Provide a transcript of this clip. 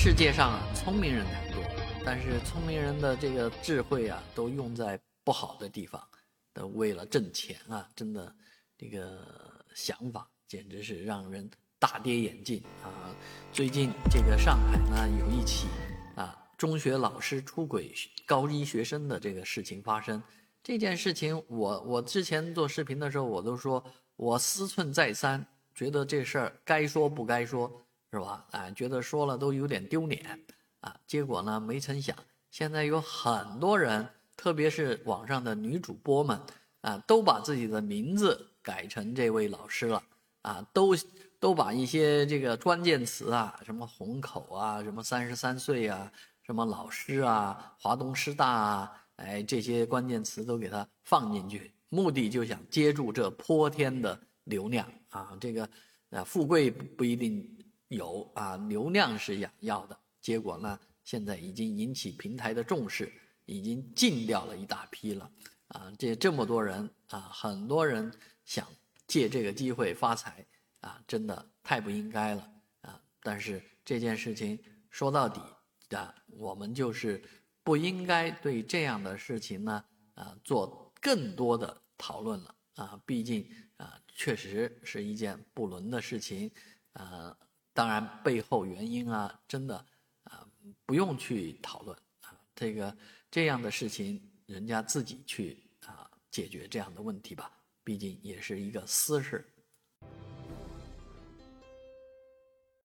世界上聪明人太多，但是聪明人的这个智慧都用在不好的地方，为了挣钱真的这个想法简直是让人大跌眼镜啊！最近这个上海呢有一起中学老师出轨高一学生的这个事情发生，这件事情我之前做视频的时候我都说我思忖再三，觉得这事儿该说不该说。是吧？觉得说了都有点丢脸结果呢，没成想，现在有很多人，特别是网上的女主播们都把自己的名字改成这位老师了都把一些这个关键词什么虹口什么33岁什么老师华东师大这些关键词都给他放进去，目的就想接住这泼天的流量这个富贵不一定有流量是想要的，结果呢，现在已经引起平台的重视，已经禁掉了一大批了这么多人很多人想借这个机会发财真的太不应该了但是这件事情说到底我们就是不应该对这样的事情呢做更多的讨论了毕竟确实是一件不伦的事情当然背后原因真的不用去讨论这样的事情人家自己去解决这样的问题吧，毕竟也是一个私事。